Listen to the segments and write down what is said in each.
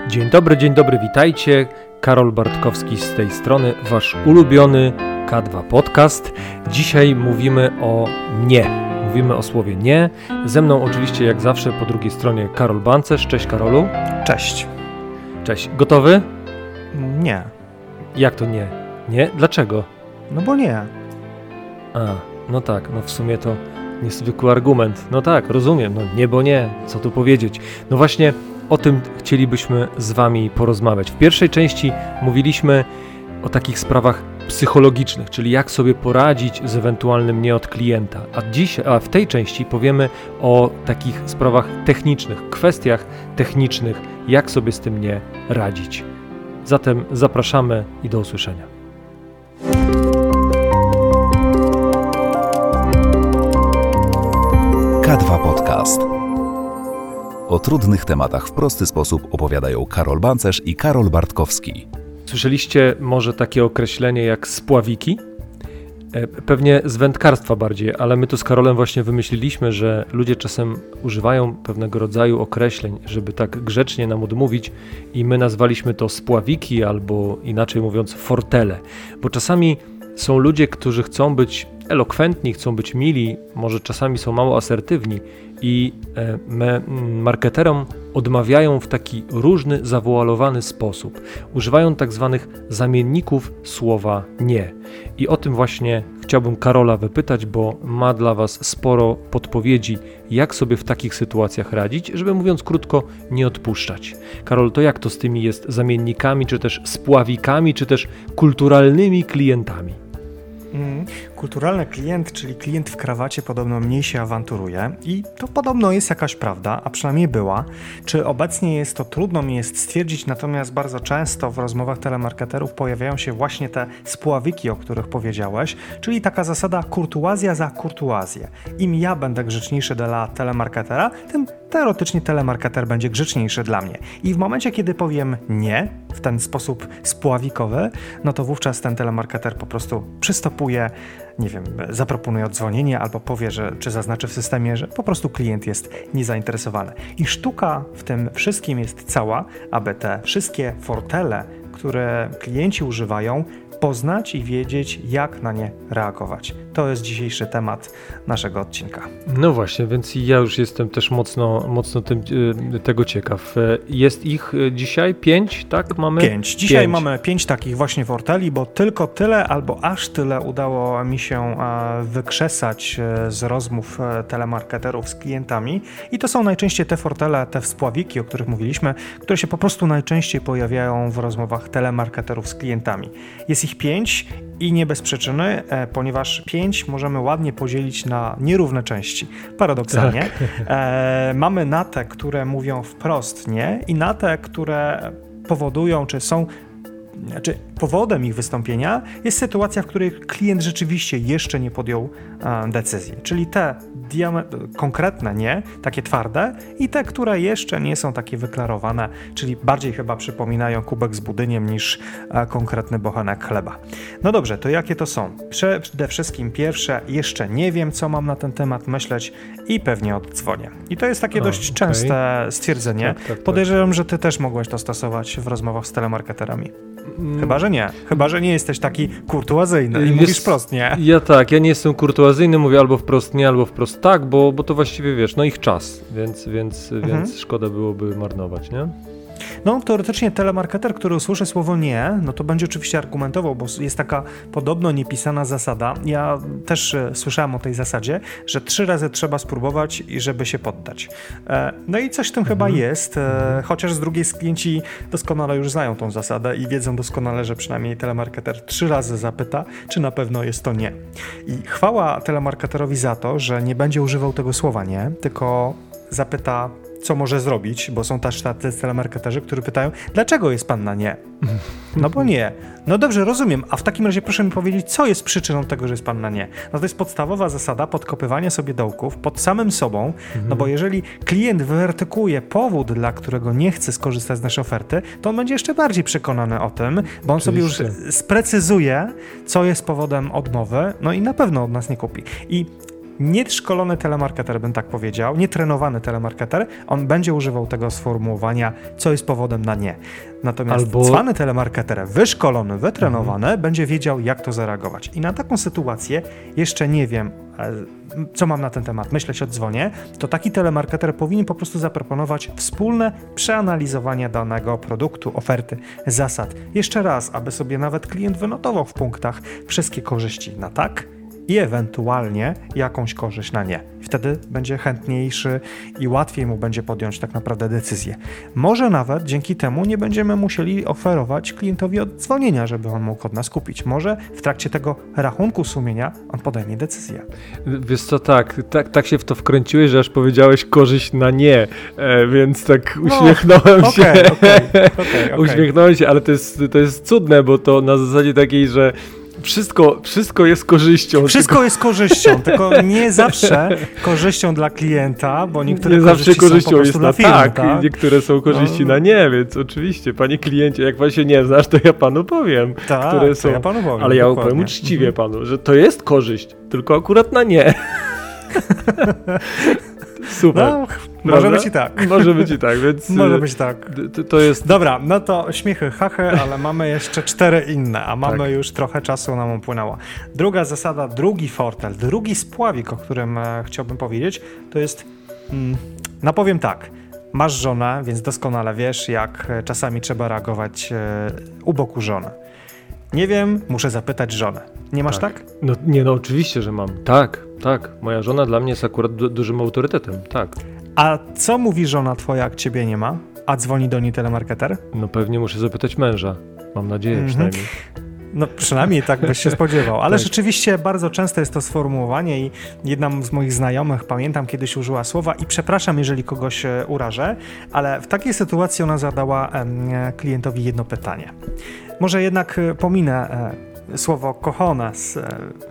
Dzień dobry, witajcie. Karol Bartkowski z tej strony, wasz ulubiony K2 Podcast. Dzisiaj mówimy o nie. Mówimy o słowie nie. Ze mną oczywiście jak zawsze po drugiej stronie Karol Bancerz. Cześć Karolu. Cześć. Cześć. Gotowy? Nie. Jak to nie? Nie? Dlaczego? No bo nie. No tak, no w sumie to niezwykły argument. No tak, rozumiem, no nie, bo nie. Co tu powiedzieć? No właśnie o tym chcielibyśmy z wami porozmawiać. W pierwszej części mówiliśmy o takich sprawach psychologicznych, czyli jak sobie poradzić z ewentualnym nie od klienta. A w tej części powiemy o takich sprawach technicznych, kwestiach technicznych, jak sobie z tym nie radzić. Zatem zapraszamy i do usłyszenia. K2 Podcast. O trudnych tematach w prosty sposób opowiadają Karol Bancerz i Karol Bartkowski. Słyszeliście może takie określenie jak spławiki? Pewnie z wędkarstwa bardziej, ale my tu z Karolem właśnie wymyśliliśmy, że ludzie czasem używają pewnego rodzaju określeń, żeby tak grzecznie nam odmówić i my nazwaliśmy to spławiki albo inaczej mówiąc fortele, bo czasami są ludzie, którzy chcą być elokwentni, chcą być mili, może czasami są mało asertywni i marketerom odmawiają w taki różny, zawoalowany sposób. Używają tak zwanych zamienników słowa nie. I o tym właśnie chciałbym Karola wypytać, bo ma dla was sporo podpowiedzi, jak sobie w takich sytuacjach radzić, żeby mówiąc krótko, nie odpuszczać. Karol, to jak to z tymi jest zamiennikami, czy też spławikami, czy też kulturalnymi klientami? Kulturalny klient, czyli klient w krawacie, podobno mniej się awanturuje i to podobno jest jakaś prawda, a przynajmniej była. Czy obecnie jest to trudno mi jest stwierdzić, natomiast bardzo często w rozmowach telemarketerów pojawiają się właśnie te spławiki, o których powiedziałeś, czyli taka zasada kurtuazja za kurtuazję. Im ja będę grzeczniejszy dla telemarketera, tym teoretycznie telemarketer będzie grzeczniejszy dla mnie. I w momencie, kiedy powiem nie w ten sposób spławikowy, no to wówczas ten telemarketer po prostu przystopuje, nie wiem, zaproponuje odzwonienie albo powie, czy zaznaczy w systemie, że po prostu klient jest niezainteresowany. I sztuka w tym wszystkim jest cała, aby te wszystkie fortele, które klienci używają, poznać i wiedzieć, jak na nie reagować. To jest dzisiejszy temat naszego odcinka. No właśnie, więc ja już jestem też mocno tego ciekaw. Jest ich dzisiaj 5, tak? Mamy 5. Dzisiaj mamy 5 takich właśnie forteli, bo tylko tyle albo aż tyle udało mi się wykrzesać z rozmów telemarketerów z klientami i to są najczęściej te fortele, te spławiki, o których mówiliśmy, które się po prostu najczęściej pojawiają w rozmowach telemarketerów z klientami. Jest ich 5 i nie bez przyczyny, ponieważ 5 możemy ładnie podzielić na nierówne części. Paradoksalnie. Tak. Mamy na te, które mówią wprost nie i na te, które powodują, powodem ich wystąpienia jest sytuacja, w której klient rzeczywiście jeszcze nie podjął decyzji. Czyli te konkretne nie, takie twarde i te, które jeszcze nie są takie wyklarowane, czyli bardziej chyba przypominają kubek z budyniem niż konkretny bochenek chleba. No dobrze, to jakie to są? Przede wszystkim pierwsze, jeszcze nie wiem, co mam na ten temat myśleć i pewnie oddzwonię. I to jest takie dość częste stwierdzenie. Tak. Podejrzewam, że ty też mogłeś to stosować w rozmowach z telemarketerami. Chyba, że nie. Chyba, że nie jesteś taki kurtuazyjny i mówisz wprost nie. Ja nie jestem kurtuazyjny, mówię albo wprost nie, albo wprost tak, bo to właściwie wiesz, no ich czas, więc szkoda byłoby marnować, nie? No, teoretycznie telemarketer, który usłyszy słowo nie, no to będzie oczywiście argumentował, bo jest taka podobno niepisana zasada. Ja też słyszałem o tej zasadzie, że 3 razy trzeba spróbować, żeby się poddać. No i coś w tym chyba jest, chociaż z drugiej klienci doskonale już znają tą zasadę i wiedzą doskonale, że przynajmniej telemarketer 3 razy zapyta, czy na pewno jest to nie. I chwała telemarketerowi za to, że nie będzie używał tego słowa nie, tylko zapyta, co może zrobić, bo są też tacy telemarketerzy, którzy pytają, dlaczego jest pan na nie? No bo nie. No dobrze, rozumiem, a w takim razie proszę mi powiedzieć, co jest przyczyną tego, że jest pan na nie? No to jest podstawowa zasada podkopywania sobie dołków pod samym sobą, no bo jeżeli klient wyartykułuje powód, dla którego nie chce skorzystać z naszej oferty, to on będzie jeszcze bardziej przekonany o tym, bo on sobie już sprecyzuje, co jest powodem odmowy, no i na pewno od nas nie kupi. I Nieszkolony telemarketer, bym tak powiedział, nietrenowany telemarketer, on będzie używał tego sformułowania, co jest powodem na nie. Natomiast cwany telemarketer, wyszkolony, wytrenowany, będzie wiedział, jak to zareagować. I na taką sytuację jeszcze nie wiem, co mam na ten temat, myślę, się odzwonię, to taki telemarketer powinien po prostu zaproponować wspólne przeanalizowanie danego produktu, oferty, zasad. Jeszcze raz, aby sobie nawet klient wynotował w punktach wszystkie korzyści na tak i ewentualnie jakąś korzyść na nie. Wtedy będzie chętniejszy i łatwiej mu będzie podjąć tak naprawdę decyzję. Może nawet dzięki temu nie będziemy musieli oferować klientowi odzwonienia, żeby on mógł od nas kupić. Może w trakcie tego rachunku sumienia on podejmie decyzję. Wiesz co, tak się w to wkręciłeś, że aż powiedziałeś korzyść na nie, więc tak uśmiechnąłem się. Okay. Uśmiechnąłem się, ale to jest cudne, bo to na zasadzie takiej, że wszystko jest korzyścią. Wszystko jest korzyścią, tylko nie zawsze korzyścią dla klienta, bo niektóre nie korzyści zawsze korzyścią są po prostu jest dla firmy, tak, niektóre są korzyści na nie, więc oczywiście, panie kliencie, jak pan się nie znasz, to ja panu powiem, które są. Ja panu powiem, ale ja dokładnie. powiem uczciwie panu, że to jest korzyść, tylko akurat na nie. Super. No, może być i tak. Może być i tak, więc... Może być tak. To jest... Dobra, no to śmiechy, hachy, ale mamy jeszcze 4 inne, a mamy już trochę czasu nam upłynęło. Druga zasada, drugi fortel, drugi spławik, o którym chciałbym powiedzieć, to jest, no powiem tak, masz żonę, więc doskonale wiesz, jak czasami trzeba reagować u boku żony. Nie wiem, muszę zapytać żonę. Nie masz tak? No oczywiście, że mam. Tak. Moja żona dla mnie jest akurat dużym autorytetem, tak. A co mówi żona twoja, jak ciebie nie ma? A dzwoni do niej telemarketer? No pewnie muszę zapytać męża. Mam nadzieję przynajmniej. No przynajmniej tak byś się spodziewał, ale rzeczywiście bardzo często jest to sformułowanie i jedna z moich znajomych, pamiętam, kiedyś użyła słowa i przepraszam, jeżeli kogoś urażę, ale w takiej sytuacji ona zadała klientowi jedno pytanie. Może jednak pominę słowo cojones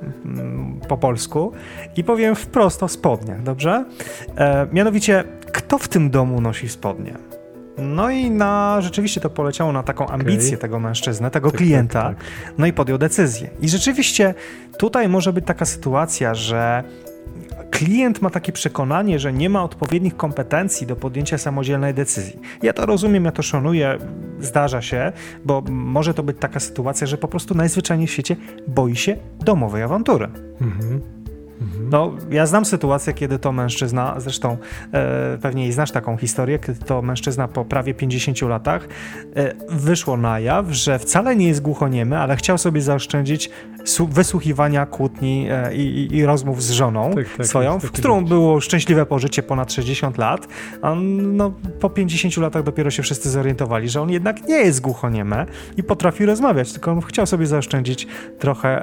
po polsku i powiem wprost o spodniach, dobrze? Mianowicie, kto w tym domu nosi spodnie? No i rzeczywiście to poleciało na taką ambicję tego mężczyzny, tego klienta, tak. No i podjął decyzję. I rzeczywiście tutaj może być taka sytuacja, że klient ma takie przekonanie, że nie ma odpowiednich kompetencji do podjęcia samodzielnej decyzji. Ja to rozumiem, ja to szanuję, zdarza się, bo może to być taka sytuacja, że po prostu najzwyczajniej w świecie boi się domowej awantury. No, ja znam sytuację, kiedy to mężczyzna, zresztą pewnie i znasz taką historię, kiedy to mężczyzna po prawie 50 latach wyszło na jaw, że wcale nie jest głuchoniemy, ale chciał sobie zaoszczędzić wysłuchiwania kłótni i rozmów z żoną swoją, w którą było szczęśliwe pożycie ponad 60 lat. No, po 50 latach dopiero się wszyscy zorientowali, że on jednak nie jest głuchoniemy i potrafi rozmawiać, tylko on chciał sobie zaoszczędzić trochę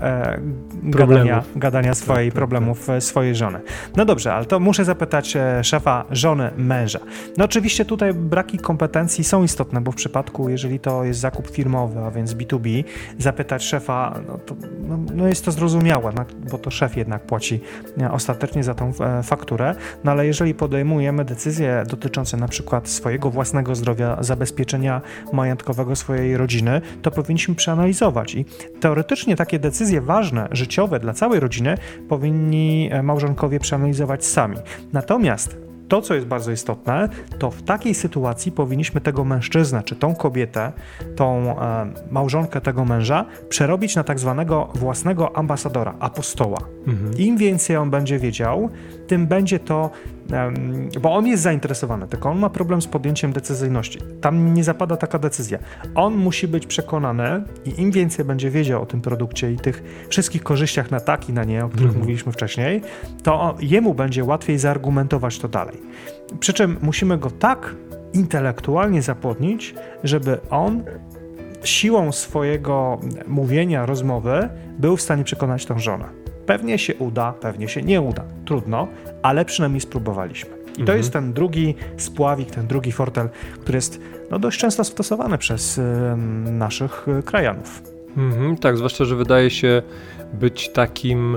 gadania swojej problemów swojej żony. No dobrze, ale to muszę zapytać szefa żony męża. No oczywiście tutaj braki kompetencji są istotne, bo w przypadku, jeżeli to jest zakup firmowy, a więc B2B, zapytać szefa, no jest to zrozumiałe, bo to szef jednak płaci ostatecznie za tą fakturę, no ale jeżeli podejmujemy decyzje dotyczące na przykład swojego własnego zdrowia, zabezpieczenia majątkowego swojej rodziny, to powinniśmy przeanalizować i teoretycznie takie decyzje ważne, życiowe dla całej rodziny powinni małżonkowie przeanalizować sami. Natomiast to, co jest bardzo istotne, to w takiej sytuacji powinniśmy tego mężczyznę, czy tą kobietę, tą małżonkę tego męża przerobić na tak zwanego własnego ambasadora, apostoła. Im więcej on będzie wiedział, tym będzie to, bo on jest zainteresowany, tylko on ma problem z podjęciem decyzyjności. Tam nie zapada taka decyzja. On musi być przekonany i im więcej będzie wiedział o tym produkcie i tych wszystkich korzyściach na tak i na nie, o których mówiliśmy wcześniej, to jemu będzie łatwiej zaargumentować to dalej. Przy czym musimy go tak intelektualnie zapłodnić, żeby on siłą swojego mówienia, rozmowy był w stanie przekonać tą żonę. Pewnie się uda, pewnie się nie uda. Trudno, ale przynajmniej spróbowaliśmy. I to jest ten drugi spławik, ten drugi fortel, który jest dość często stosowany przez naszych krajanów. Tak, zwłaszcza, że wydaje się być takim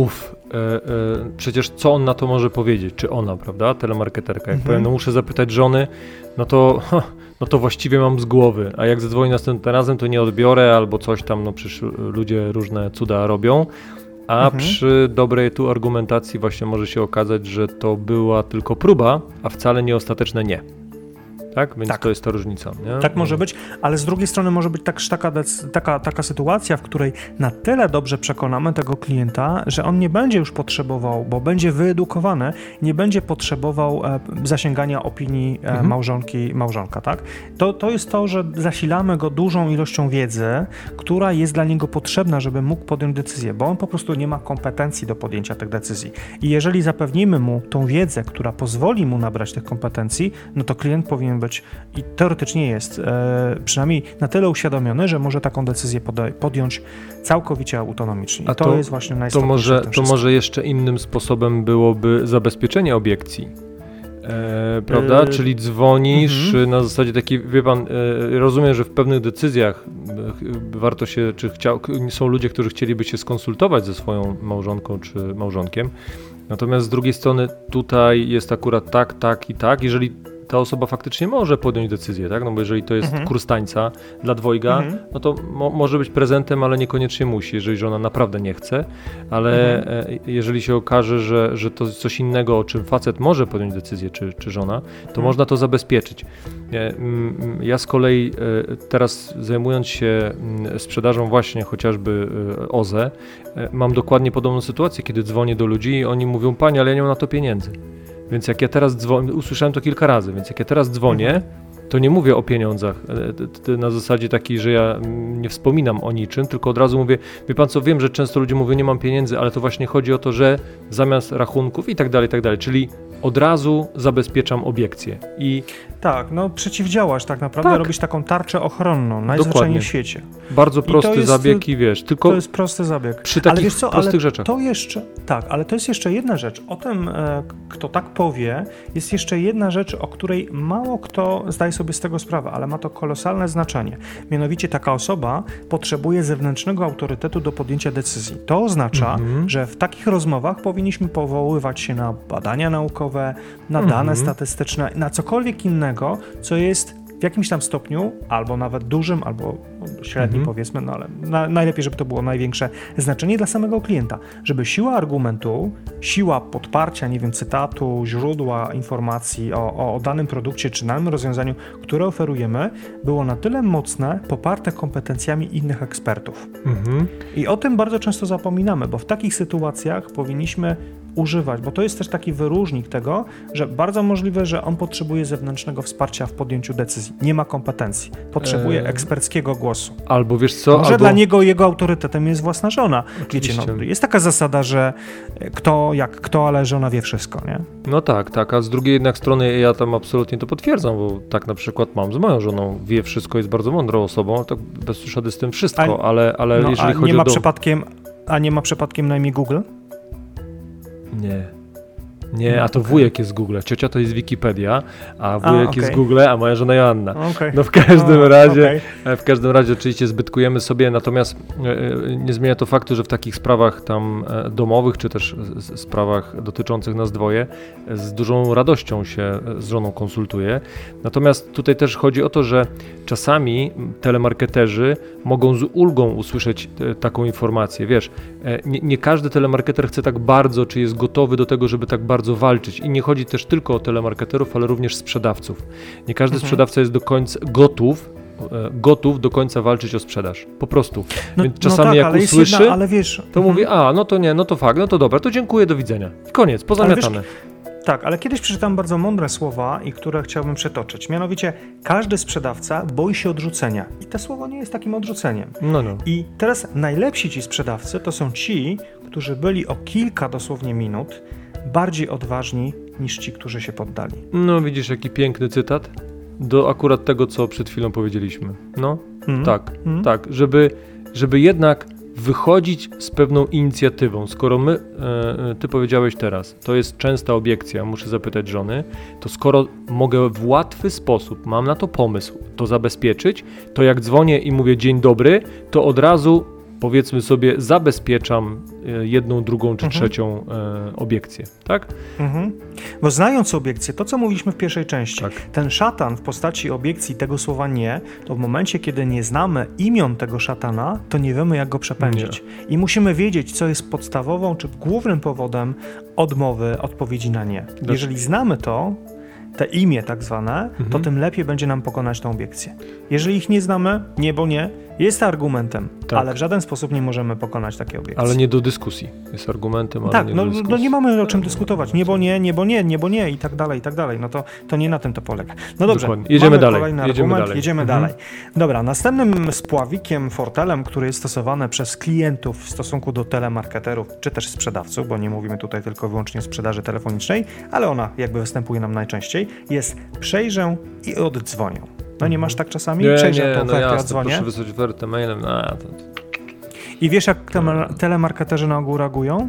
przecież co on na to może powiedzieć, czy ona, prawda, telemarketerka. Jak powiem, muszę zapytać żony, no to właściwie mam z głowy, a jak zadzwoni następnym razem, to nie odbiorę albo coś tam, przecież ludzie różne cuda robią. a przy dobrej tu argumentacji właśnie może się okazać, że to była tylko próba, a wcale nie ostateczne nie. Tak? Więc to jest ta różnica. Nie? Tak może być, ale z drugiej strony może być też taka sytuacja, w której na tyle dobrze przekonamy tego klienta, że on nie będzie już potrzebował, bo będzie wyedukowany, nie będzie potrzebował zasięgania opinii małżonka, tak? To jest to, że zasilamy go dużą ilością wiedzy, która jest dla niego potrzebna, żeby mógł podjąć decyzję, bo on po prostu nie ma kompetencji do podjęcia tych decyzji. I jeżeli zapewnimy mu tą wiedzę, która pozwoli mu nabrać tych kompetencji, no to klient powinien być i teoretycznie jest przynajmniej na tyle uświadomiony, że może taką decyzję podjąć całkowicie autonomicznie. I to jest właśnie najistotniejsze. To może jeszcze innym sposobem byłoby zabezpieczenie obiekcji. Prawda? Czyli dzwonisz na zasadzie takiej, wie pan, rozumiem, że w pewnych decyzjach warto się, są ludzie, którzy chcieliby się skonsultować ze swoją małżonką czy małżonkiem, natomiast z drugiej strony tutaj jest akurat tak i tak, jeżeli ta osoba faktycznie może podjąć decyzję, tak? No bo jeżeli to jest kurs tańca dla dwojga, no to może być prezentem, ale niekoniecznie musi, jeżeli żona naprawdę nie chce, ale jeżeli się okaże, że to jest coś innego, o czym facet może podjąć decyzję, czy żona, to można to zabezpieczyć. Ja z kolei teraz zajmując się sprzedażą właśnie chociażby OZE, mam dokładnie podobną sytuację, kiedy dzwonię do ludzi i oni mówią, panie, ale ja nie mam na to pieniędzy. Więc jak ja teraz dzwonię, usłyszałem to kilka razy, więc jak ja teraz dzwonię, to nie mówię o pieniądzach na zasadzie takiej, że ja nie wspominam o niczym, tylko od razu mówię, wie pan co, wiem, że często ludzie mówią, nie mam pieniędzy, ale to właśnie chodzi o to, że zamiast rachunków i tak dalej, czyli od razu zabezpieczam obiekcje. Tak, no przeciwdziałasz tak naprawdę, robisz taką tarczę ochronną, najzwyczajniej w świecie. Bardzo prosty zabieg i wiesz, tylko to jest prosty zabieg. Przy takich prostych rzeczach. Ale to jest jeszcze jedna rzecz. O tym, kto tak powie, jest jeszcze jedna rzecz, o której mało kto zdaje sobie z tego sprawę, ale ma to kolosalne znaczenie. Mianowicie taka osoba potrzebuje zewnętrznego autorytetu do podjęcia decyzji. To oznacza, że w takich rozmowach powinniśmy powoływać się na badania naukowe, na dane statystyczne, na cokolwiek innego, co jest w jakimś tam stopniu, albo nawet dużym, albo średnim powiedzmy, no ale najlepiej, żeby to było największe znaczenie dla samego klienta, żeby siła argumentu, siła podparcia, nie wiem, cytatu, źródła informacji o danym produkcie czy danym rozwiązaniu, które oferujemy, było na tyle mocne, poparte kompetencjami innych ekspertów. I o tym bardzo często zapominamy, bo w takich sytuacjach powinniśmy używać, bo to jest też taki wyróżnik tego, że bardzo możliwe, że on potrzebuje zewnętrznego wsparcia w podjęciu decyzji. Nie ma kompetencji. Potrzebuje eksperckiego głosu. Albo wiesz co? Może dla niego jego autorytetem jest własna żona. Oczywiście. Wiecie, no, jest taka zasada, że kto, ale żona wie wszystko, nie? No tak, a z drugiej jednak strony ja tam absolutnie to potwierdzam, bo tak na przykład mam z moją żoną, wie wszystko, jest bardzo mądrą osobą, tak bez przesady z tym wszystko, ale jeżeli chodzi o nie ma przypadkiem na imię Google? Nie, a to wujek jest z Google, ciocia to jest Wikipedia, a wujek jest z Google, a moja żona Joanna. No w każdym razie oczywiście zbytkujemy sobie, natomiast nie zmienia to faktu, że w takich sprawach tam domowych, czy też sprawach dotyczących nas dwoje, z dużą radością się z żoną konsultuję. Natomiast tutaj też chodzi o to, że czasami telemarketerzy mogą z ulgą usłyszeć taką informację. Wiesz, nie każdy telemarketer chce tak bardzo, czy jest gotowy do tego, żeby tak bardzo walczyć. I nie chodzi też tylko o telemarketerów, ale również sprzedawców. Nie każdy sprzedawca jest do końca gotów do końca walczyć o sprzedaż. Po prostu. Więc czasami jak usłyszy, to mówi, no to fakt, no to dobra, to dziękuję, do widzenia. Koniec, pozamiatane. Tak, ale kiedyś przeczytałem bardzo mądre słowa, i które chciałbym przytoczyć. Mianowicie, każdy sprzedawca boi się odrzucenia. I to słowo nie jest takim odrzuceniem. No. I teraz najlepsi ci sprzedawcy to są ci, którzy byli o kilka dosłownie minut bardziej odważni niż ci, którzy się poddali. No widzisz, jaki piękny cytat do akurat tego, co przed chwilą powiedzieliśmy. No, tak, żeby jednak wychodzić z pewną inicjatywą. Skoro ty powiedziałeś teraz, to jest częsta obiekcja, muszę zapytać żony, to skoro mogę w łatwy sposób, mam na to pomysł, to zabezpieczyć, to jak dzwonię i mówię dzień dobry, to od razu powiedzmy sobie, zabezpieczam jedną, drugą czy trzecią obiekcję, tak? Bo znając obiekcję, to co mówiliśmy w pierwszej części, Tak. ten szatan w postaci obiekcji tego słowa nie, to w momencie, kiedy nie znamy imion tego szatana, to nie wiemy, jak go przepędzić. I musimy wiedzieć, co jest podstawową czy głównym powodem odmowy odpowiedzi na nie. Jeżeli znamy te imię tak zwane, to tym lepiej będzie nam pokonać tę obiekcję. Jeżeli ich nie znamy, nie, bo nie, jest argumentem, Tak. ale w żaden sposób nie możemy pokonać takiej obiekcji. Ale nie do dyskusji. Jest argumentem, ale Tak, nie do dyskusji. no nie mamy o czym dyskutować. Nie, bo nie, nie, bo nie, nie, bo nie i tak dalej, i tak dalej. No to nie na tym to polega. No dobrze, Dokładnie. Jedziemy dalej. Kolejny argument, jedziemy dalej. Dobra, następnym spławikiem, fortelem, który jest stosowany przez klientów w stosunku do telemarketerów, czy też sprzedawców, bo nie mówimy tutaj tylko wyłącznie o sprzedaży telefonicznej, ale ona jakby występuje nam najczęściej, jest przejrzę i oddzwonię. No nie masz tak czasami? Przejrzę tę ofertę, odzwonię. Proszę wysłać ofertę mailem. I wiesz, jak telemarketerzy na ogół reagują?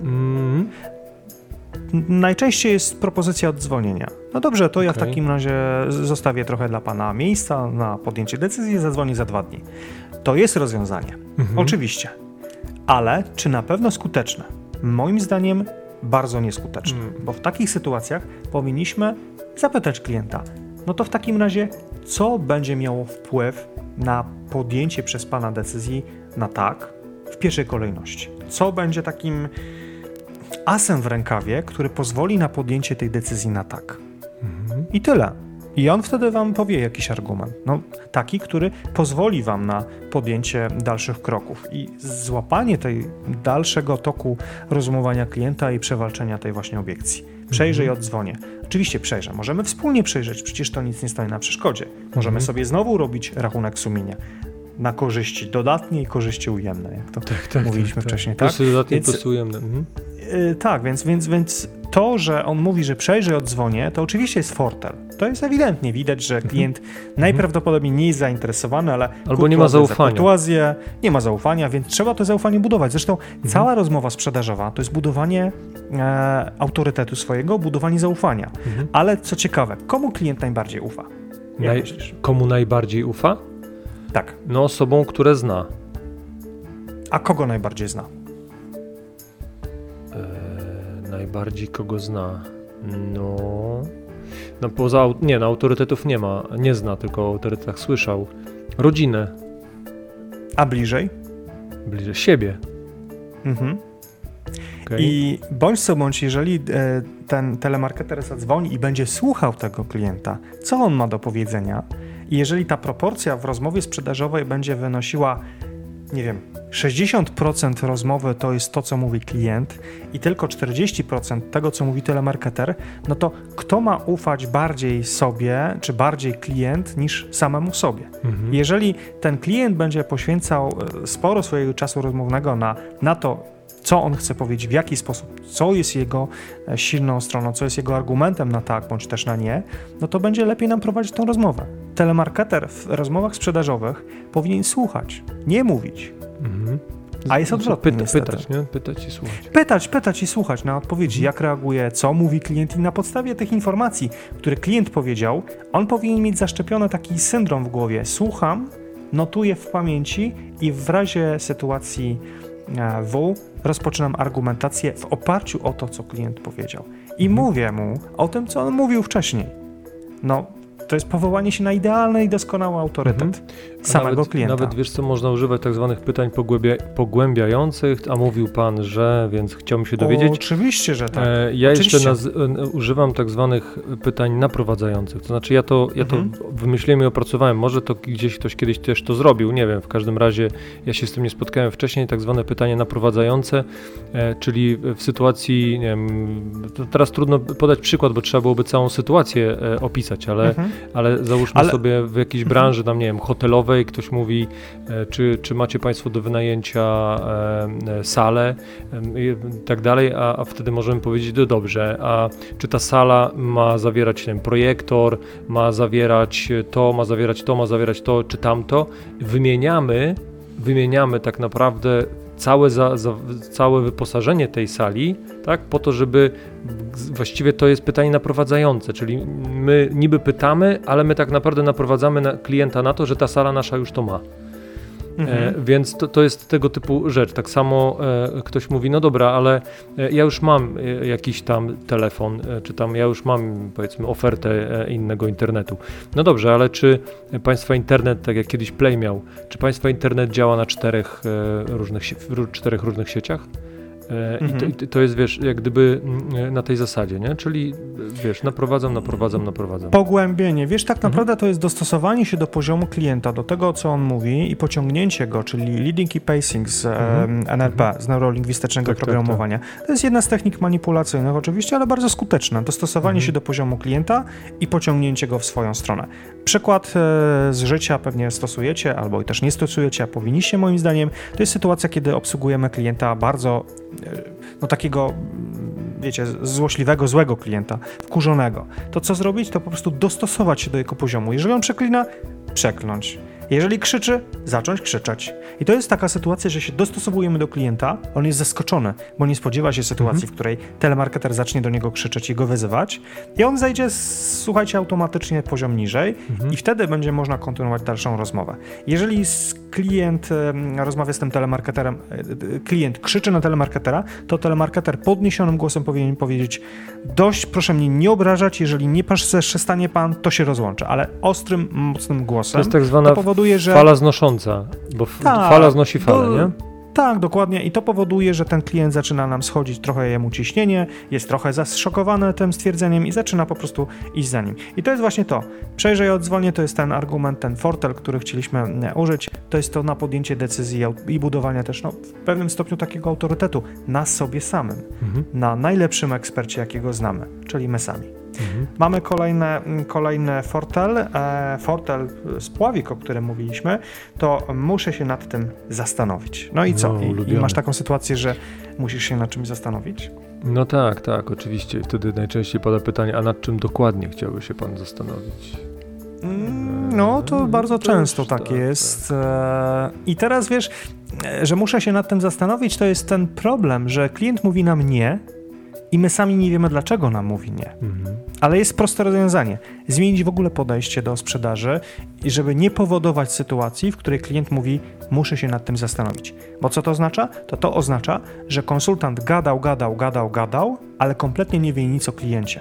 Najczęściej jest propozycja oddzwonienia. No dobrze, to ja w takim razie zostawię trochę dla pana miejsca na podjęcie decyzji, zadzwonię za 2 dni. To jest rozwiązanie. Oczywiście. Ale czy na pewno skuteczne? Moim zdaniem bardzo nieskuteczne. Bo w takich sytuacjach powinniśmy zapytać klienta, no to w takim razie co będzie miało wpływ na podjęcie przez pana decyzji na tak w pierwszej kolejności? Co będzie takim asem w rękawie, który pozwoli na podjęcie tej decyzji na tak? I tyle. I on wtedy wam powie jakiś argument. No, taki, który pozwoli wam na podjęcie dalszych kroków i złapanie tej dalszego toku rozumowania klienta i przewalczenia tej właśnie obiekcji. Przejrzyj, odzwonię. Oczywiście przejrzę. Możemy wspólnie przejrzeć, przecież to nic nie stoi na przeszkodzie. Możemy sobie znowu robić rachunek sumienia na korzyści dodatnie i korzyści ujemne, jak to mówiliśmy wcześniej. Tak? Plusy dodatnie, plusy ujemne. Tak, więc to, że on mówi, że przejrzyj, odzwonię, to oczywiście jest fortel. To jest ewidentnie widać, że klient najprawdopodobniej nie jest zainteresowany, ale albo nie ma zaufania. Nie ma zaufania, więc trzeba to zaufanie budować. Zresztą cała rozmowa sprzedażowa to jest budowanie autorytetu swojego, budowanie zaufania. Ale co ciekawe, komu klient najbardziej ufa? Jak myślisz? Komu najbardziej ufa? Tak. No osobom, które zna. A kogo najbardziej zna? Najbardziej kogo zna? No poza... Nie, no autorytetów nie ma. Nie zna, tylko o autorytetach słyszał. Rodzinę. A bliżej? Bliżej siebie. Okay. I bądź co bądź, jeżeli ten telemarketer zadzwoni i będzie słuchał tego klienta, co on ma do powiedzenia, i jeżeli ta proporcja w rozmowie sprzedażowej będzie wynosiła, nie wiem, 60% rozmowy to jest to, co mówi klient i tylko 40% tego, co mówi telemarketer, no to kto ma ufać bardziej sobie, czy bardziej klient niż samemu sobie? Jeżeli ten klient będzie poświęcał sporo swojego czasu rozmownego na to, co on chce powiedzieć, w jaki sposób, co jest jego silną stroną, co jest jego argumentem na tak, bądź też na nie, no to będzie lepiej nam prowadzić tę rozmowę. Telemarketer w rozmowach sprzedażowych powinien słuchać, nie mówić. A jest odwrotnie pytać, nie? Pytać i słuchać. Pytać i słuchać na odpowiedzi, jak reaguje, co mówi klient i na podstawie tych informacji, które klient powiedział, on powinien mieć zaszczepiony taki syndrom w głowie. Słucham, notuję w pamięci i w razie sytuacji rozpoczynam argumentację w oparciu o to, co klient powiedział. I mówię mu o tym, co on mówił wcześniej. No, to jest powołanie się na idealny i doskonały autorytet samego klienta. Nawet wiesz co, można używać tak zwanych pytań pogłębiających, a mówił pan, że, więc chciałbym się dowiedzieć. Oczywiście, że tak. Ja jeszcze używam tak zwanych pytań naprowadzających, to znaczy ja to wymyśliłem i opracowałem, może to gdzieś ktoś kiedyś też to zrobił, nie wiem, w każdym razie ja się z tym nie spotkałem wcześniej, tak zwane pytanie naprowadzające, czyli w sytuacji, nie wiem, to teraz trudno podać przykład, bo trzeba byłoby całą sytuację opisać, ale załóżmy sobie w jakiejś branży, tam nie wiem, hotelowej, ktoś mówi, czy macie państwo do wynajęcia salę i tak dalej, a wtedy możemy powiedzieć, no dobrze, a czy ta sala ma zawierać ten projektor, ma zawierać to, czy tamto. Wymieniamy tak naprawdę całe wyposażenie tej sali, tak, po to, żeby właściwie to jest pytanie naprowadzające, czyli my niby pytamy, ale my tak naprawdę naprowadzamy klienta na to, że ta sala nasza już to ma. Więc to jest tego typu rzecz. Tak samo ktoś mówi, no dobra, ale ja już mam jakiś tam telefon, czy tam ja już mam, powiedzmy, ofertę innego internetu. No dobrze, ale czy Państwa internet, tak jak kiedyś Play miał, czy Państwa internet działa na czterech różnych sieciach? I to jest, wiesz, jak gdyby na tej zasadzie, nie? Czyli, wiesz, naprowadzam. Pogłębienie. Wiesz, tak naprawdę to jest dostosowanie się do poziomu klienta, do tego, co on mówi i pociągnięcie go, czyli leading i pacing z NLP, z neurolingwistycznego programowania. To jest jedna z technik manipulacyjnych oczywiście, ale bardzo skuteczna. Dostosowanie się do poziomu klienta i pociągnięcie go w swoją stronę. Przykład z życia pewnie stosujecie, albo też nie stosujecie, a powinniście moim zdaniem. To jest sytuacja, kiedy obsługujemy klienta bardzo, takiego, wiecie, złośliwego, złego klienta, wkurzonego. To co zrobić? To po prostu dostosować się do jego poziomu. Jeżeli on przeklina, przekląć. Jeżeli krzyczy, zacząć krzyczeć. I to jest taka sytuacja, że się dostosowujemy do klienta, on jest zaskoczony, bo nie spodziewa się sytuacji, w której telemarketer zacznie do niego krzyczeć i go wyzywać i on zejdzie, słuchajcie, automatycznie poziom niżej i wtedy będzie można kontynuować dalszą rozmowę. Jeżeli klient rozmawia z tym telemarketerem, klient krzyczy na telemarketera, to telemarketer podniesionym głosem powinien powiedzieć: dość, proszę mnie nie obrażać, jeżeli nie przestanie pan, to się rozłączę, ale ostrym, mocnym głosem. To jest tak zwana powoduje, że fala znosząca, bo fala znosi falę, nie? Tak, dokładnie. I to powoduje, że ten klient zaczyna nam schodzić, trochę jemu ciśnienie, jest trochę zaszokowany tym stwierdzeniem i zaczyna po prostu iść za nim. I to jest właśnie to. Przejrzyj, odzwonię, to jest ten argument, ten fortel, który chcieliśmy użyć. To jest to na podjęcie decyzji i budowanie też w pewnym stopniu takiego autorytetu na sobie samym, na najlepszym ekspercie, jakiego znamy, czyli my sami. Mamy kolejny fortel spławik, o którym mówiliśmy, to muszę się nad tym zastanowić. No i co? I masz taką sytuację, że musisz się nad czymś zastanowić? No tak, oczywiście. Wtedy najczęściej pada pytanie, a nad czym dokładnie chciałby się pan zastanowić? No to bardzo często tak jest. I teraz wiesz, że muszę się nad tym zastanowić, to jest ten problem, że klient mówi nam nie, i my sami nie wiemy, dlaczego nam mówi nie. Ale jest proste rozwiązanie. Zmienić w ogóle podejście do sprzedaży i żeby nie powodować sytuacji, w której klient mówi: muszę się nad tym zastanowić. Bo co to oznacza? To oznacza, że konsultant gadał, ale kompletnie nie wie nic o kliencie.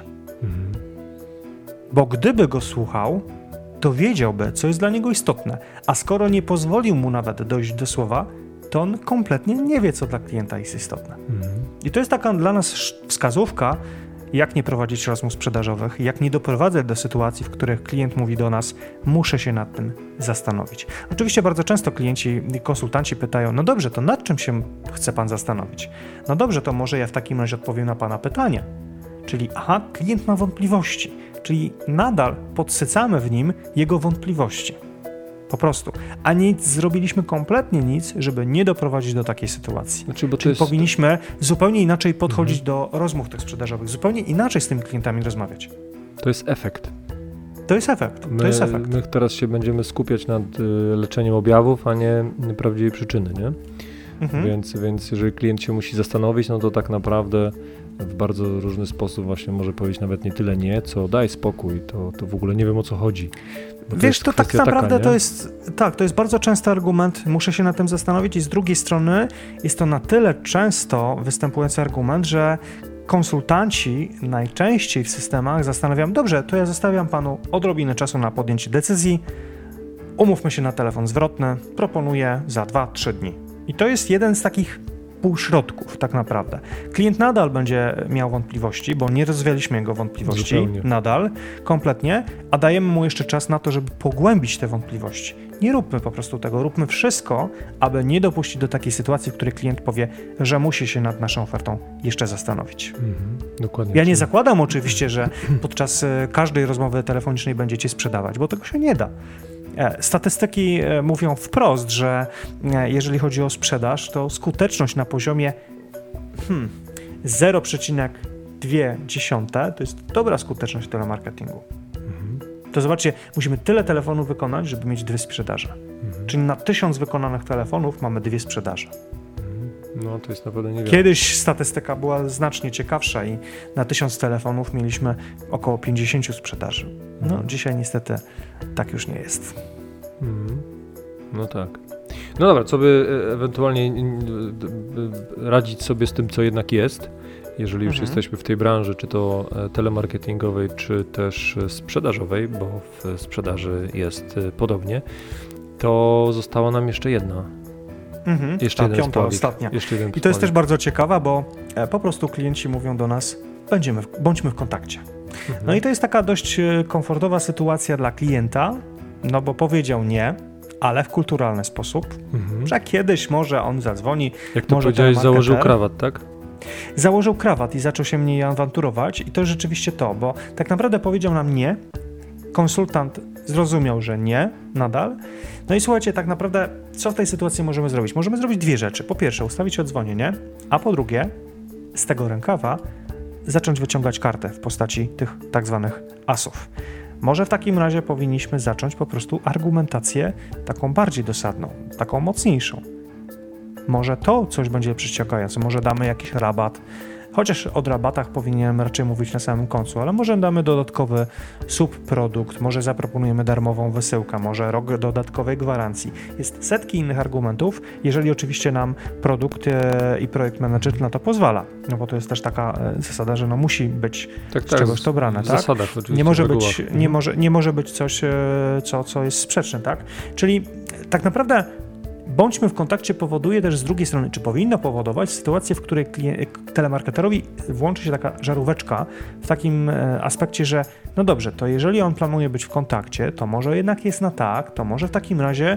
Bo gdyby go słuchał, to wiedziałby, co jest dla niego istotne. A skoro nie pozwolił mu nawet dojść do słowa, to on kompletnie nie wie, co dla klienta jest istotne. I to jest taka dla nas wskazówka, jak nie prowadzić rozmów sprzedażowych, jak nie doprowadzać do sytuacji, w których klient mówi do nas: muszę się nad tym zastanowić. Oczywiście bardzo często klienci i konsultanci pytają: no dobrze, to nad czym się chce pan zastanowić? No dobrze, to może ja w takim razie odpowiem na pana pytanie. Czyli klient ma wątpliwości, czyli nadal podsycamy w nim jego wątpliwości. Po prostu. A zrobiliśmy kompletnie nic, żeby nie doprowadzić do takiej sytuacji. Czyli powinniśmy zupełnie inaczej podchodzić do rozmów tych sprzedażowych, zupełnie inaczej z tymi klientami rozmawiać. To jest efekt. To jest efekt. My teraz się będziemy skupiać nad leczeniem objawów, a nie prawdziwej przyczyny, nie? Więc jeżeli klient się musi zastanowić, no to tak naprawdę w bardzo różny sposób właśnie może powiedzieć nawet nie tyle nie, co daj spokój, to w ogóle nie wiem, o co chodzi. Wiesz, to tak naprawdę to jest bardzo częsty argument, muszę się nad tym zastanowić, i z drugiej strony jest to na tyle często występujący argument, że konsultanci najczęściej w systemach zastanawiają: dobrze, to ja zostawiam panu odrobinę czasu na podjęcie decyzji, umówmy się na telefon zwrotny, proponuję za 2-3 dni. I to jest jeden z takich półśrodków tak naprawdę. Klient nadal będzie miał wątpliwości, bo nie rozwialiśmy jego wątpliwości, zupełnie. Nadal, kompletnie, a dajemy mu jeszcze czas na to, żeby pogłębić te wątpliwości. Nie róbmy po prostu tego, róbmy wszystko, aby nie dopuścić do takiej sytuacji, w której klient powie, że musi się nad naszą ofertą jeszcze zastanowić. Dokładnie. Ja nie zakładam oczywiście, że podczas każdej rozmowy telefonicznej będziecie sprzedawać, bo tego się nie da. Statystyki mówią wprost, że jeżeli chodzi o sprzedaż, to skuteczność na poziomie 0,2 to jest dobra skuteczność telemarketingu. To zobaczcie, musimy tyle telefonów wykonać, żeby mieć 2 sprzedaże. Czyli na 1000 wykonanych telefonów mamy 2 sprzedaże. No to jest naprawdę niewiele. Kiedyś statystyka była znacznie ciekawsza i na 1000 telefonów mieliśmy około 50 sprzedaży. No dzisiaj niestety tak już nie jest. No tak. No dobra, co by ewentualnie radzić sobie z tym, co jednak jest, jeżeli już jesteśmy w tej branży, czy to telemarketingowej, czy też sprzedażowej, bo w sprzedaży jest podobnie, to została nam jeszcze jedna. Jeszcze ta jeden piąta, spławik. ostatnia. Jeszcze jeden I to jest też spławik. bardzo ciekawe, bo po prostu klienci mówią do nas, bądźmy w kontakcie. No i to jest taka dość komfortowa sytuacja dla klienta, no bo powiedział nie, ale w kulturalny sposób, że kiedyś może on zadzwoni. Jak to może powiedziałeś, telemarketer założył krawat, tak? Założył krawat i zaczął się mniej awanturować i to jest rzeczywiście to, bo tak naprawdę powiedział nam nie, konsultant zrozumiał, że nie, nadal. No i słuchajcie, tak naprawdę co w tej sytuacji możemy zrobić? Możemy zrobić dwie rzeczy. Po pierwsze, ustawić odzwonienie, a po drugie, z tego rękawa zacząć wyciągać kartę w postaci tych tak zwanych asów. Może w takim razie powinniśmy zacząć po prostu argumentację taką bardziej dosadną, taką mocniejszą. Może to coś będzie przyciągające, może damy jakiś rabat, chociaż o rabatach powinienem raczej mówić na samym końcu, ale może damy dodatkowy subprodukt, może zaproponujemy darmową wysyłkę, może rok dodatkowej gwarancji. Jest setki innych argumentów, jeżeli oczywiście nam produkt i projekt manager na to pozwala. No bo to jest też taka zasada, że no musi być z czegoś to brane, w tak? zasadach oczywiście. Nie może być coś, co jest sprzeczne, tak? Czyli tak naprawdę bądźmy w kontakcie powoduje też z drugiej strony, czy powinno powodować sytuację, w której telemarketerowi włączy się taka żaróweczka w takim aspekcie, że no dobrze, to jeżeli on planuje być w kontakcie, to może jednak jest na tak, to może w takim razie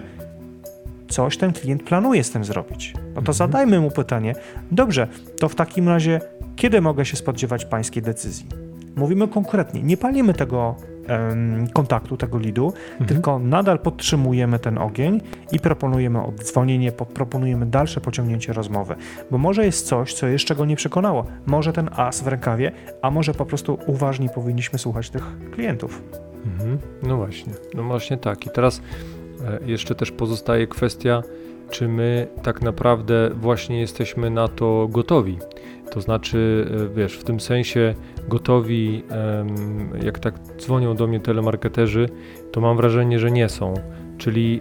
coś ten klient planuje z tym zrobić. No to zadajmy mu pytanie, dobrze, to w takim razie kiedy mogę się spodziewać pańskiej decyzji? Mówimy konkretnie, nie palimy tego kontaktu, tego leadu, tylko nadal podtrzymujemy ten ogień i proponujemy oddzwonienie, proponujemy dalsze pociągnięcie rozmowy, bo może jest coś, co jeszcze go nie przekonało, może ten as w rękawie, a może po prostu uważnie powinniśmy słuchać tych klientów. No właśnie tak. I teraz jeszcze też pozostaje kwestia, czy my tak naprawdę właśnie jesteśmy na to gotowi. To znaczy, wiesz, w tym sensie gotowi, jak tak dzwonią do mnie telemarketerzy, to mam wrażenie, że nie są. Czyli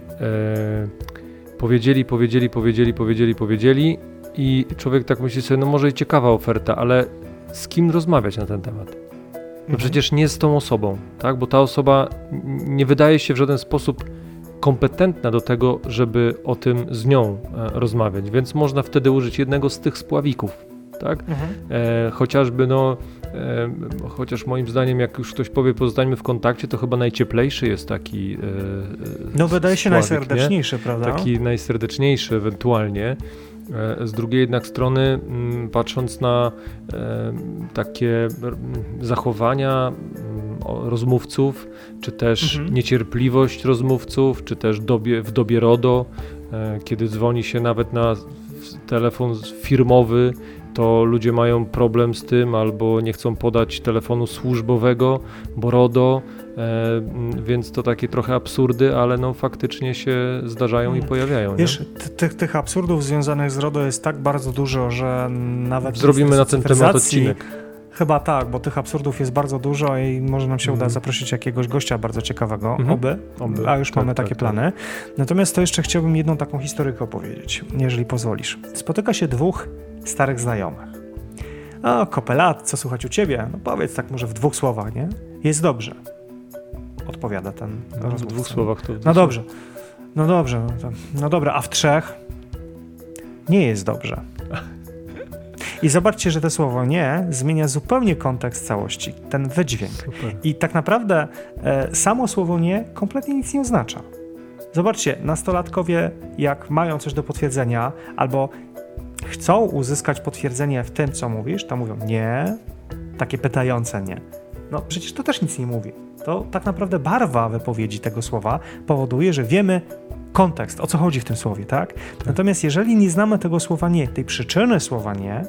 powiedzieli i człowiek tak myśli sobie, no może i ciekawa oferta, ale z kim rozmawiać na ten temat? No przecież nie z tą osobą, tak? Bo ta osoba nie wydaje się w żaden sposób kompetentna do tego, żeby o tym z nią rozmawiać, więc można wtedy użyć jednego z tych spławików. Tak? Chociażby, chociaż moim zdaniem, jak już ktoś powie, pozostańmy w kontakcie, to chyba najcieplejszy jest taki wydaje się spławik, najserdeczniejszy, nie? prawda? Taki najserdeczniejszy ewentualnie. Z drugiej jednak strony, patrząc na takie zachowania rozmówców, czy też niecierpliwość rozmówców, czy też w dobie RODO, kiedy dzwoni się nawet na telefon firmowy, to ludzie mają problem z tym albo nie chcą podać telefonu służbowego, bo RODO, więc to takie trochę absurdy, ale no faktycznie się zdarzają i pojawiają. Wiesz, tych absurdów związanych z RODO jest tak bardzo dużo, że nawet zrobimy na ten temat odcinek. Chyba tak, bo tych absurdów jest bardzo dużo i może nam się uda zaprosić jakiegoś gościa bardzo ciekawego, oby, a już mamy takie plany. Natomiast to jeszcze chciałbym jedną taką historykę opowiedzieć, jeżeli pozwolisz. Spotyka się dwóch starych znajomych. O, kopelat, co słychać u ciebie? No powiedz tak może w dwóch słowach, nie? Jest dobrze. Odpowiada ten rozmówca. W dwóch słowach to... No dobrze. No dobra, a w trzech? Nie jest dobrze. I zobaczcie, że to słowo nie zmienia zupełnie kontekst całości, ten wydźwięk. Super. I tak naprawdę samo słowo nie kompletnie nic nie oznacza. Zobaczcie, nastolatkowie jak mają coś do potwierdzenia albo chcą uzyskać potwierdzenie w tym, co mówisz, to mówią nie, takie pytające nie. No przecież to też nic nie mówi. To tak naprawdę barwa wypowiedzi tego słowa powoduje, że wiemy kontekst, o co chodzi w tym słowie, tak? Natomiast jeżeli nie znamy tego słowa nie, tej przyczyny słowa nie,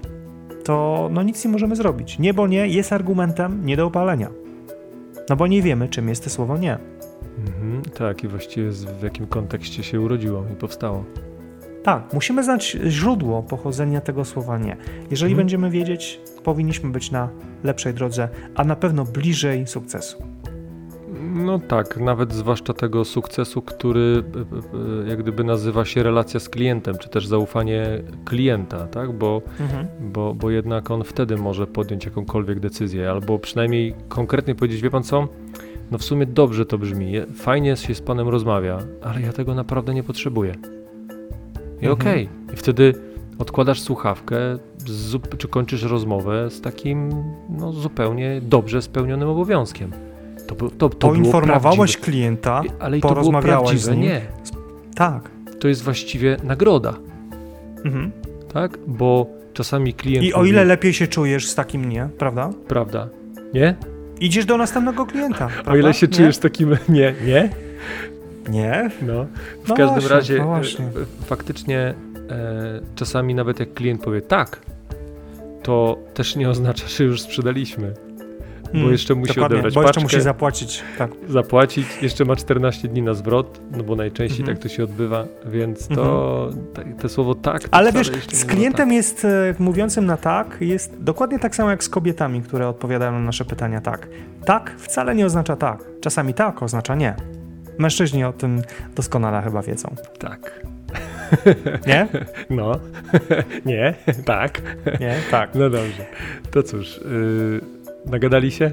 to no nic nie możemy zrobić. Nie, bo nie jest argumentem nie do opalenia. No bo nie wiemy, czym jest to słowo nie. Tak, i właściwie w jakim kontekście się urodziło i powstało. Tak, musimy znać źródło pochodzenia tego słowa nie. Jeżeli będziemy wiedzieć, powinniśmy być na lepszej drodze, a na pewno bliżej sukcesu. No tak, nawet zwłaszcza tego sukcesu, który jak gdyby nazywa się relacja z klientem, czy też zaufanie klienta, tak? Bo jednak on wtedy może podjąć jakąkolwiek decyzję, albo przynajmniej konkretnie powiedzieć, wie pan co, no w sumie dobrze to brzmi, fajnie się z panem rozmawia, ale ja tego naprawdę nie potrzebuję. I okej. I wtedy odkładasz słuchawkę, czy kończysz rozmowę z takim zupełnie dobrze spełnionym obowiązkiem. To poinformowałeś klienta, ale i to było porozmawiałeś prawdziwe, z nim. nie. Tak. To jest właściwie nagroda, tak? Bo czasami klient I o ile lepiej się czujesz z takim nie, prawda? Prawda, nie? Idziesz do następnego klienta, prawda? O ile się czujesz takim nie? Nie? No. W No każdym właśnie, razie no właśnie. faktycznie czasami nawet jak klient powie tak, to też nie oznacza, że już sprzedaliśmy. Bo jeszcze musi odebrać bo paczkę, jeszcze musi zapłacić. Tak. zapłacić, jeszcze ma 14 dni na zwrot, no bo najczęściej tak to się odbywa, więc te słowo tak... Ale wiesz, z klientem jest, mówiącym na tak, jest dokładnie tak samo jak z kobietami, które odpowiadają na nasze pytania tak. Tak wcale nie oznacza tak. Czasami tak oznacza nie. Mężczyźni o tym doskonale chyba wiedzą. Tak. Nie? No. Nie? Tak. Nie? Tak. No dobrze. To cóż... Nagadali się?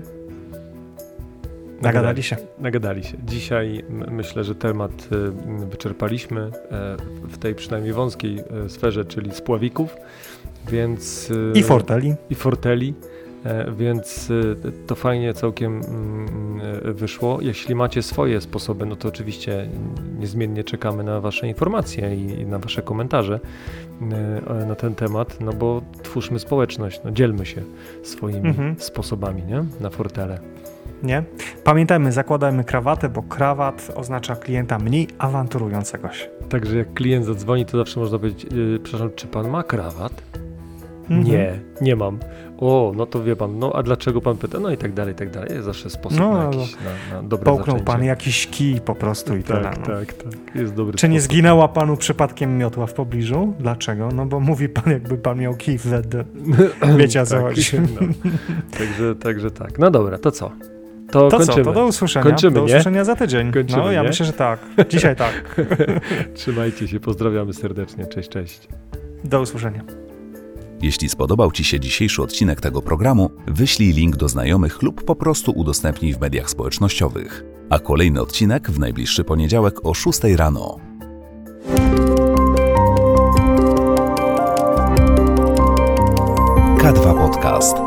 Nagadali się. Dzisiaj myślę, że temat wyczerpaliśmy w tej przynajmniej wąskiej sferze, czyli spławików, więc... I forteli. Więc to fajnie całkiem wyszło. Jeśli macie swoje sposoby, no to oczywiście niezmiennie czekamy na wasze informacje i na wasze komentarze na ten temat, no bo twórzmy społeczność, no dzielmy się swoimi sposobami, nie? Na fortele. Nie? Pamiętajmy, zakładajmy krawatę, bo krawat oznacza klienta mniej awanturującego się. Także jak klient zadzwoni, to zawsze można powiedzieć, przepraszam, czy pan ma krawat? Nie mam. O, no to wie pan, no a dlaczego pan pyta? No i tak dalej, i tak dalej. Jest zawsze sposób na jakiś, na dobre połknął zaczęcie. pan jakiś kij po prostu i tyle. Tak. Jest dobry Czy nie sposób. zginęła panu przypadkiem miotła w pobliżu? Dlaczego? No bo mówi pan, jakby pan miał kij w wiecie o co chodzi. No. Także tak. No dobra, to co? To kończymy. To do usłyszenia. Kończymy, do usłyszenia za tydzień. Kończymy, no ja nie? myślę, że tak. Dzisiaj tak. Trzymajcie się, pozdrawiamy serdecznie. Cześć. Do usłyszenia. Jeśli spodobał Ci się dzisiejszy odcinek tego programu, wyślij link do znajomych lub po prostu udostępnij w mediach społecznościowych. A kolejny odcinek w najbliższy poniedziałek o 6 rano. K2 Podcast.